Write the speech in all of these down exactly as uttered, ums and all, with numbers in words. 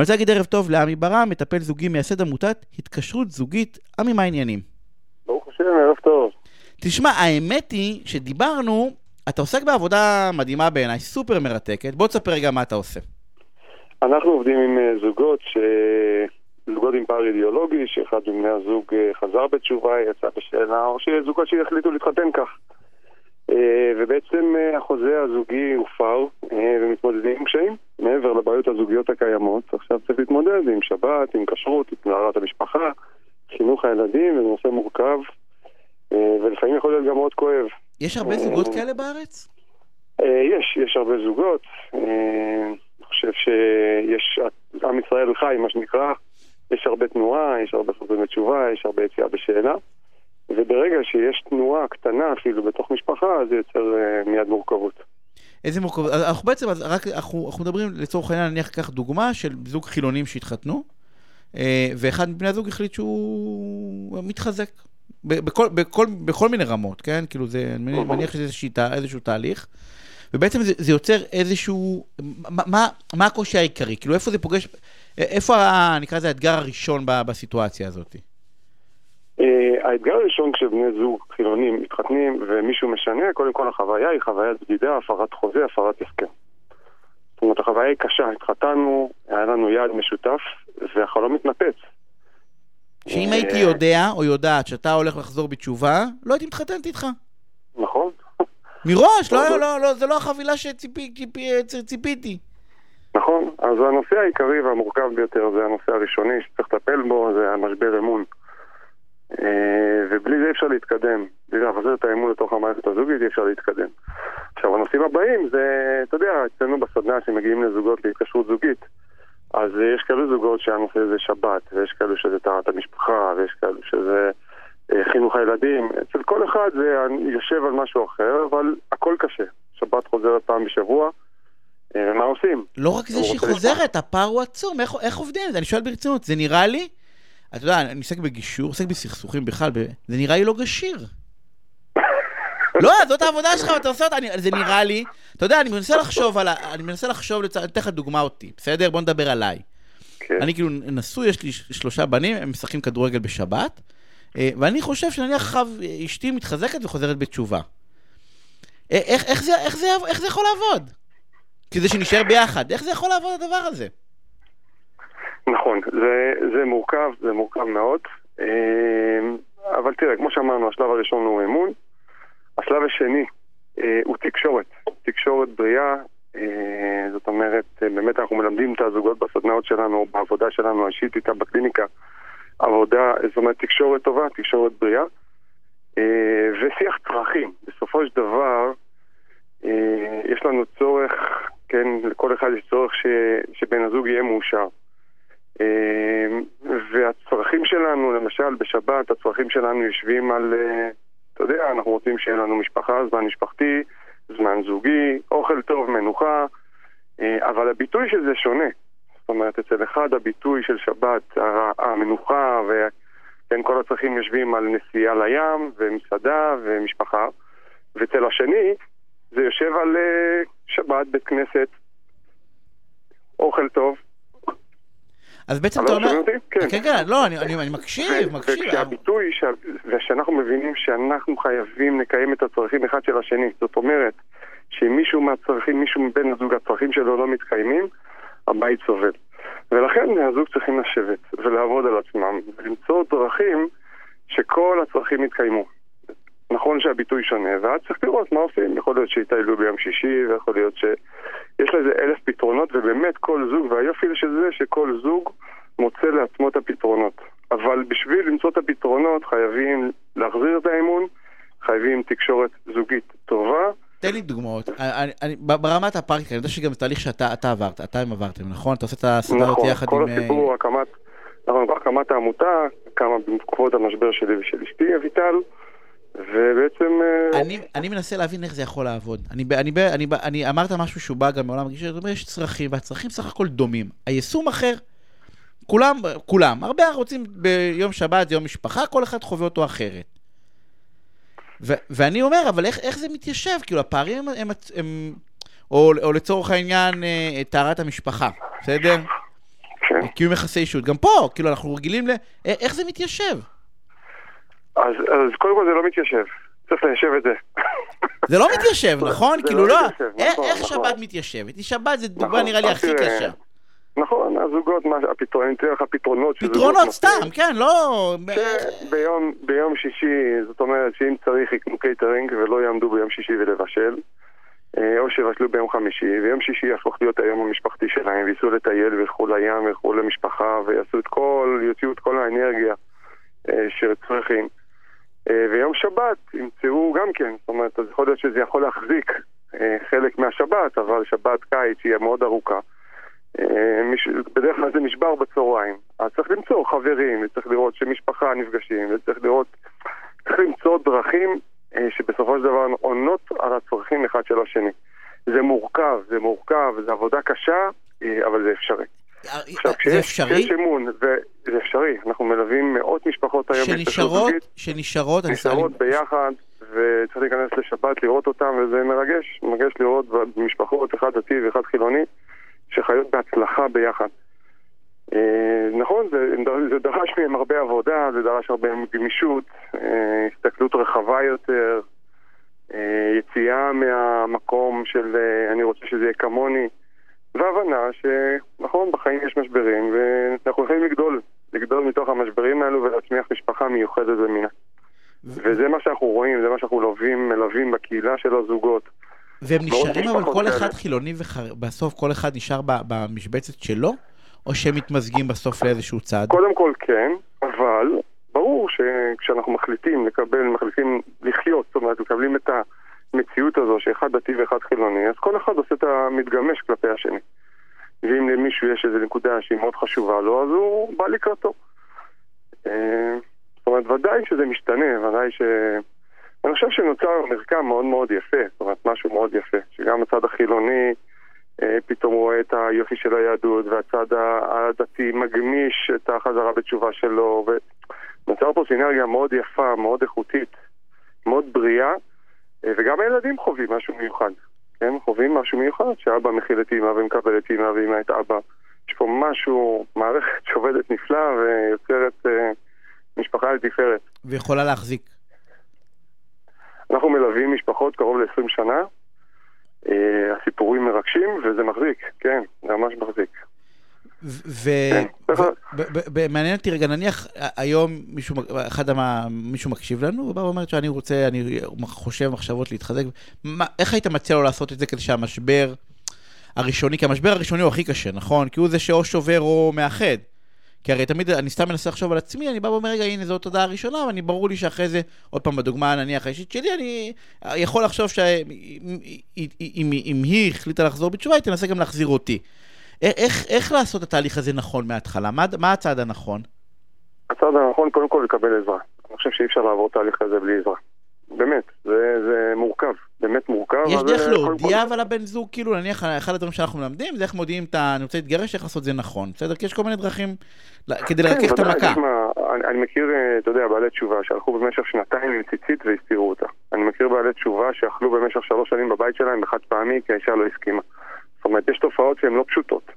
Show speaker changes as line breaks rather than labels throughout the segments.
אני רוצה להגיד ערב טוב לעמי ברם, מטפל זוגי מייסד עמותת התקשרות זוגית. עמי, מה העניינים?
ברוך השם, ערב טוב.
תשמע, האמת היא שדיברנו, אתה עוסק בעבודה מדהימה בעיניי, סופר מרתקת. בוא תספר רגע מה אתה עושה.
אנחנו עובדים עם זוגות, ש... זוגות עם פער אידיאולוגי, שאחד מבני הזוג חזר בתשובה, יצא בשאלה, או שזוגות שהחליטו להתחתן כך. ובעצם החוזה הזוגי הופר, ומתמודדים עם קשיים, מעבר לבעיות הזוגיות הקיימות. עכשיו צריך להתמודד עם שבת, עם כשרות, עם טהרת המשפחה, חינוך הילדים, וזה נושא מורכב, ולפעמים יכול להיות גם מאוד כואב.
יש הרבה זוגות כאלה בארץ?
יש, יש הרבה זוגות. אני חושב שיש, עם ישראל חי, מה שנקרא, יש הרבה תנועה, יש הרבה חוזרים בתשובה, יש הרבה יציאה בשאלה, וברגע שיש תנועה קטנה אפילו בתוך משפחה, זה יוצר uh, מיד מורכבות.
איזה מורכבות? אנחנו בעצם, רק, אנחנו, אנחנו מדברים לצורך העניין, נניח כך דוגמה של זוג חילונים שהתחתנו, ואחד מבני הזוג החליט שהוא מתחזק, בכל, בכל, בכל מיני רמות, כן? כאילו זה, אני מניח שזה איזשהו, איזשהו תהליך, ובעצם זה, זה יוצר איזשהו, מה, מה, מה הקושי העיקרי? כאילו איפה זה פוגש, איפה, נקרא זה, האתגר הראשון בסיטואציה הזאת?
האתגר הראשון כשבני זוג חילונים מתחתנים ומישהו משנה, קודם כל החוויה היא חוויית בגידה, הפרת חוזה, הפרת הסכם. זאת אומרת, החוויה היא קשה, התחתנו, היה לנו יעד משותף, והחלום מתנפץ.
שאם הייתי יודע או יודעת שאתה הולך לחזור בתשובה, לא הייתי מתחתנת איתך.
נכון.
מראש, לא, לא, לא, זה לא החבילה שציפיתי.
נכון, אז הנושא העיקרי והמורכב ביותר זה הנושא הראשוני שצריך לטפל בו, זה המשבר אמון. ובלי זה אפשר להתקדם. בלי להחזיר את האמון לתוך המערכת הזוגית, אפשר להתקדם. עכשיו, הנושאים הבאים זה, אתה יודע, אצלנו בסדנה שמגיעים לזוגות להתקשרות זוגית, אז יש כאלו זוגות שהנושא זה שבת, ויש כאלו שזה טהרת המשפחה, ויש כאלו שזה חינוך הילדים. אצל כל אחד זה יושב על משהו אחר, אבל הכל קשה. שבת חוזרת פעם בשבוע, ומה עושים?
לא רק זה שהיא חוזרת, הפער הוא עצום. איך, איך עובדים? אני שואל ברצינות, זה נראה לי, אתה יודע, אני עוסק בגישור, עוסק בסכסוכים בכלל, זה נראה לי לא גשיר. לא, זאת העבודה שלך, אתה עושה אותה, זה נראה לי, אתה יודע, אני מנסה לחשוב על, אני מנסה לחשוב, אני אתן לך דוגמה אותי, בסדר? בוא נדבר עליי. אני כאילו נשוי, יש לי שלושה בנים, הם משחקים כדורגל בשבת, ואני חושב שנניח אשתי מתחזקת וחוזרת בתשובה. איך, איך זה, איך זה, איך זה יכול לעבוד? כדי שנשאר ביחד. איך זה יכול לעבוד הדבר הזה?
נכון, זה, זה מורכב, זה מורכב מאוד. אבל תראה, כמו שאמרנו, השלב הראשון הוא אמון. השלב השני הוא תקשורת. תקשורת בריאה. זאת אומרת, באמת אנחנו מלמדים את הזוגות בסדנאות שלנו, בעבודה שלנו, האישית איתה בקליניקה. עבודה, זאת אומרת, תקשורת טובה, תקשורת בריאה. ושיח צרכים. בסופו של דבר, יש לנו צורך, כן, לכל אחד יש צורך ש, שבן הזוג יהיה מאושר. והצרכים שלנו, למשל בשבת, הצרכים שלנו יושבים על, אתה יודע, אנחנו רוצים שיהיה לנו משפחה, זמן משפחתי, זמן זוגי, אוכל טוב, מנוחה, אבל הביטוי של זה שונה. זאת אומרת, אצל אחד הביטוי של שבת, המנוחה, וכן, כל הצרכים יושבים על נסיעה לים, ומסעדה, ומשפחה, ואצל השני, זה יושב על שבת, בית כנסת, אוכל טוב.
אז בעצם אתה אומר... כן, כן, לא, אני מקשיב, מקשיב.
וכשהביטוי, ושאנחנו מבינים שאנחנו חייבים לקיים את הצרכים אחד של השני, זאת אומרת, שאם מישהו מהצרכים, מישהו מבין הזוג, הצרכים שלו לא מתקיימים, הבית סובל. ולכן הזוג צריכים לשבת ולעבוד על עצמם, ולמצוא דרכים שכל הצרכים יתקיימו. נכון שהביטוי שונה, ואז צריך לראות מה עושים. יכול להיות שיטיילו ביום שישי, ויכול להיות שיש לזה אלף פתרונות, ובאמת כל זוג, והיופי של זה שכל זוג מוצא לעצמו את הפתרונות. אבל בשביל למצוא את הפתרונות חייבים להחזיר את האמון, חייבים תקשורת זוגית טובה.
תן לי דוגמאות. אני, אני, ברמת הפרקטיקה, אני יודע שגם תהליך שאתה אתה עברת, אתה הם עברתם, נכון? אתה עושה את הסדרות
נכון,
יחד
עם...
עם...
נכון, כל הסיפור, הקמת, נכון, הקמת העמותה, כמה בתקופות המשבר שלי ושל אשתי, אביטל, ובעצם...
אני, אני מנסה להבין איך זה יכול לעבוד. אני, אני, אני, אני אמרת משהו שהוא בא גם מעולם הגישה, יש צרכים, והצרכים סך הכל דומים. היישום אחר, כולם, כולם, הרבה רוצים ביום שבת, יום משפחה, כל אחד חווה אותו אחרת. ו- ואני אומר, אבל איך, איך זה מתיישב? כאילו, הפערים הם, הם, הם או, או לצורך העניין, טהרת המשפחה, בסדר?
כן.
קיום יחסי אישות. גם פה, כאילו, אנחנו רגילים ל... איך זה מתיישב?
אז, אז קודם כל זה לא מתיישב. צריך ליישב את זה.
זה לא מתיישב, נכון? כאילו לא... איך שבת
נכון.
מתיישבת? שבת זה דוגמה
נכון,
נראה לי
אז
הכי
תראה,
קשה.
נכון, הזוגות, מה, הפתרון, אני אתן לך פתרונות.
פתרונות סתם, כן, לא...
ביום, ביום שישי, זאת אומרת שאם צריך יקנו קייטרינג ולא יעמדו ביום שישי ולבשל, או שבשלו ביום חמישי, ויום שישי יהפוך להיות היום המשפחתי שלהם, וייסעו לטייל וילכו לים וילכו למשפחה, ויעשו את כל, יוציאו את כל האנרגיה שצריכים. ויום שבת ימצאו גם כן, זאת אומרת, אז יכול להיות שזה יכול להחזיק חלק מהשבת, אבל שבת קיץ היא מאוד ארוכה. בדרך כלל זה נשבר בצהריים, אז צריך למצוא חברים, וצריך לראות שמשפחה נפגשים, וצריך לראות, צריך למצוא דרכים שבסופו של דבר עונות על הצרכים אחד של השני. זה מורכב, זה מורכב, זה עבודה קשה, אבל זה אפשרי. עכשיו,
זה אפשרי?
כשיש אמון, וזה אפשרי, אנחנו מלווים מאות משפחות היום
שנשארות, שנשארות,
נשארות ביחד, וצריך להיכנס לשבת לראות אותם, וזה מרגש, מרגש לראות במשפחות, אחד דתי ואחד חילוני, שחיות בהצלחה ביחד. נכון, זה, זה דרש מהם הרבה עבודה, זה דרש הרבה גמישות, הסתכלות רחבה יותר, יציאה מהמקום של אני רוצה שזה יהיה כמוני, והבנה שנכון, בחיים יש משברים, ואנחנו יכולים לגדול, לגדול מתוך המשברים האלו ולהצמיח משפחה מיוחדת במינה. וזה מה שאנחנו רואים, זה מה שאנחנו מלווים, מלווים בקהילה של הזוגות.
והם נשארים אבל כל אחד חילוני ובסוף כל אחד נשאר במשבצת שלו? או שהם מתמזגים בסוף לאיזשהו צעד?
קודם כל כן, אבל ברור שכשאנחנו מחליטים לקבל, מחליטים לחיות, זאת אומרת, מקבלים את המציאות הזו שאחד דתי ואחד חילוני, אז כל אחד עושה את המתגמש כלפי השני. ואם למישהו יש איזו נקודה שהיא מאוד חשובה לו, אז הוא בא לקראתו. זאת אומרת, ודאי שזה משתנה, ודאי ש... אני חושב שנוצר מרקם מאוד מאוד יפה, זאת אומרת, משהו מאוד יפה, שגם הצד החילוני פתאום רואה את היופי של היהדות, והצד הדתי מגמיש את החזרה בתשובה שלו, ונוצר פה סינרגיה מאוד יפה, מאוד איכותית, מאוד בריאה, וגם הילדים חווים משהו מיוחד, כן? חווים משהו מיוחד, שאבא מכיל את אמא ומקבל את אמא ואמא את אבא. יש פה משהו, מערכת שעובדת נפלא ויוצרת משפחה לתפארת.
ויכולה להחזיק.
אנחנו מלווים משפחות קרוב ל-עשרים שנה, הסיפורים מרגשים וזה מחזיק, כן, זה ממש מחזיק.
ומעניין אותי רגע, נניח היום מישהו מקשיב לנו ובא ואומר שאני רוצה, אני חושב מחשבות להתחזק, איך היית מציע לו לעשות את זה כדי שהמשבר הראשוני, כי המשבר הראשוני הוא הכי קשה, נכון? כי הוא זה שאו שובר או מאחד. כי הרי תמיד, אני סתם מנסה לחשוב על עצמי, אני בא ואומר, רגע, הנה, זו תודה הראשונה, ואני ברור לי שאחרי זה, עוד פעם, בדוגמה הנניח האישית שלי, אני יכול לחשוב שאם היא החליטה לחזור בתשובה, היא תנסה גם להחזיר אותי. איך, איך לעשות את התהליך הזה נכון מההתחלה? מה, מה הצעד הנכון?
הצעד הנכון, קודם כל, לקבל עזרה. אני חושב שאי אפשר לעבור תהליך הזה בלי עזרה. באמת, זה, זה מורכב, באמת מורכב.
יש דרך להודיע אבל הבן זוג, כאילו, נניח, אחד הדברים שאנחנו מלמדים, זה איך מודיעים את ה... אני רוצה להתגרש, איך לעשות זה נכון. בסדר? כי יש כל מיני דרכים כדי לרכך את המכה.
אני מכיר, אתה יודע, בעלי תשובה שהלכו במשך שנתיים עם ציצית והסתירו אותה. אני מכיר בעלי תשובה שאכלו במשך שלוש שנים בבית שלהם בחד פעמי, כי האישה לא הסכימה. זאת אומרת, יש תופעות שהן לא פשוטות.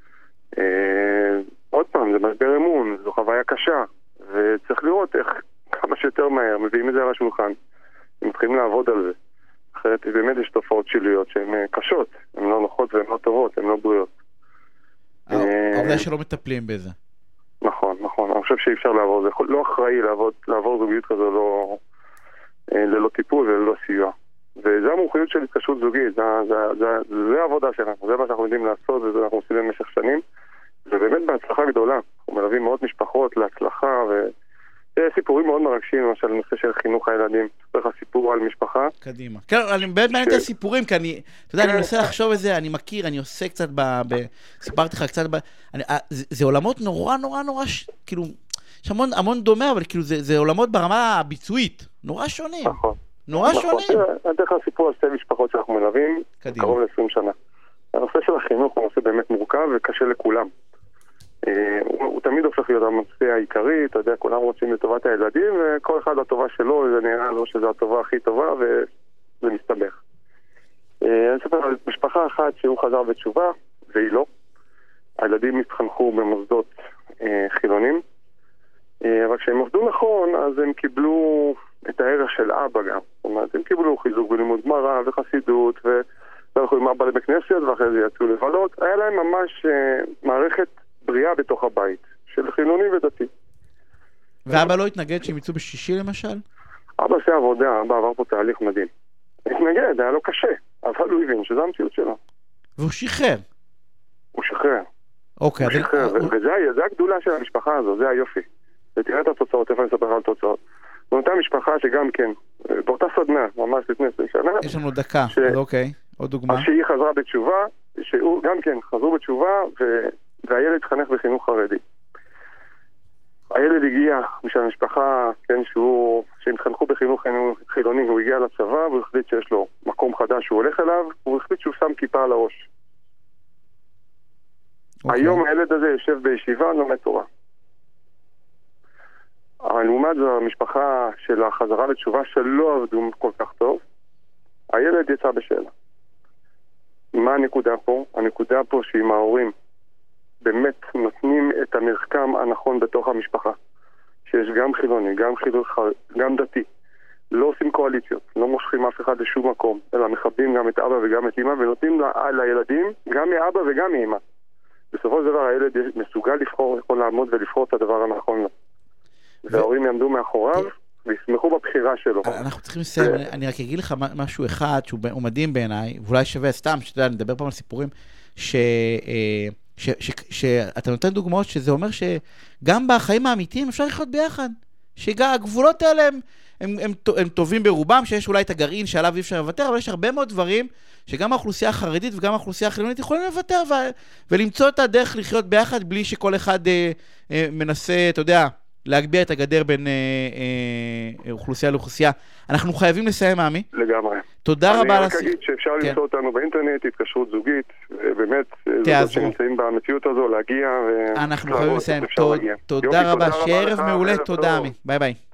עוד פעם, זה משבר אמון, זו חוויה קשה, וצריך לראות איך כמה שיותר מהר מביאים את זה על השולחן. הם מתחילים לעבוד על זה. אחרת באמת יש תופעות שיליות שהן קשות, הן לא נוחות והן לא טובות, הן לא בריאות.
העובדה שלא מטפלים בזה.
נכון, נכון. אני חושב שאי אפשר לעבור, זה לא אחראי לעבור זוגיות כזו ללא טיפול וללא סיוע. וזה המומחיות של התקשרות זוגית, זה העבודה שלנו, זה מה שאנחנו יודעים לעשות, וזה אנחנו עושים במשך שנים. ובאמת בהצלחה גדולה. אנחנו מלווים מאות משפחות להצלחה ו... יש סיפורים מאוד מרגשים, למשל, נושא של חינוך הילדים. צריך סיפור על משפחה.
קדימה. כן, אני באמת מעניין את הסיפורים, כי אני, אתה יודע, אני מנסה לחשוב את זה, אני מכיר, אני עושה קצת ב... סיפרתי לך קצת ב... זה עולמות נורא, נורא, נורא, כאילו, יש המון דומה, אבל כאילו, זה עולמות ברמה הביצועית. נורא שונים.
נכון.
נורא שונים.
אני אתן לך סיפור על שתי משפחות שאנחנו מלווים, קרוב ל-עשרים שנה. הנושא של החינוך הוא נושא באמת מורכב וקשה לכולם. הוא תמיד הופך להיות הנושא העיקרי, אתה יודע, כולם רוצים לטובת הילדים, וכל אחד הטובה שלו, זה נראה לו שזו הטובה הכי טובה, וזה מסתבך. אני אספר על משפחה אחת שהוא חזר בתשובה, והיא לא. הילדים התחנכו במוסדות אה, חילונים, אה, אבל כשהם עבדו נכון, אז הם קיבלו את הערך של אבא גם. זאת אומרת, הם קיבלו חיזוק בלימוד גמרא וחסידות, והלכו עם אבא לבית כנסת, ואחרי זה יצאו לבלות. היה להם ממש אה, מערכת בריאה בתוך הבית, של חילוני ודתי.
ואבא לא התנגד שהם יצאו בשישי למשל?
אבא עשה עבודה, אבא עבר פה תהליך מדהים. התנגד, היה לו קשה, אבל הוא הבין שזו המציאות שלו.
והוא שחרר.
הוא שחרר.
אוקיי.
הוא שחרר, וזה הגדולה של המשפחה הזו, זה היופי. ותראה את התוצאות, איפה אני אספר על תוצאות. זו אותה משפחה שגם כן, באותה סדנה, ממש לפני עשרים שנה.
יש לנו דקה, אוקיי. עוד דוגמה.
שהיא חזרה בתשובה, שהוא גם כן חזרו בתשובה, והילד חנך בחינוך חרדי. הילד הגיע בשביל המשפחה, כן, שהוא, שהם חנכו בחינוך חילוני, הוא הגיע לצבא, והוא החליט שיש לו מקום חדש שהוא הולך אליו, הוא החליט שהוא שם כיפה על הראש. Okay. היום הילד הזה יושב בישיבה, לומד תורה. אבל לעומת זו, המשפחה של החזרה לתשובה שלא עבדו כל כך טוב, הילד יצא בשאלה. מה הנקודה פה? הנקודה פה שעם ההורים באמת נותנים את המרקם הנכון בתוך המשפחה. שיש גם חילוני, גם חילוך, גם דתי. לא עושים קואליציות, לא מושכים אף אחד לשום מקום, אלא מכבדים גם את אבא וגם את אמא, ונותנים לילדים גם מאבא וגם מאמא. בסופו של דבר הילד מסוגל לבחור, יכול לעמוד ולבחור את הדבר הנכון לו. וההורים יעמדו מאחוריו וישמחו בבחירה שלו. אנחנו
צריכים לסיים, אני רק אגיד לך משהו אחד שהוא מדהים בעיניי, ואולי שווה סתם, שאתה יודע, נדבר פעם על סיפורים, שאתה נותן דוגמאות שזה אומר שגם בחיים האמיתיים אפשר לחיות ביחד. שהגבולות האלה הם, הם, הם, הם טובים ברובם, שיש אולי את הגרעין שעליו אי אפשר לוותר, אבל יש הרבה מאוד דברים שגם האוכלוסייה החרדית וגם האוכלוסייה החילונית יכולים לוותר ו, ולמצוא את הדרך לחיות ביחד בלי שכל אחד אה, אה, מנסה, אתה יודע, להגביה את הגדר בין אה, אה, אוכלוסייה לאוכלוסייה. אנחנו חייבים לסיים, עמי.
לגמרי.
תודה רבה.
אני רק אגיד שאפשר כן. למצוא אותנו באינטרנט, התקשרות זוגית, באמת, זאת שנמצאים במציאות הזו, להגיע.
אנחנו חייבים לסיים. תודה רבה, שערב מעולה, תודה עמי. ביי ביי.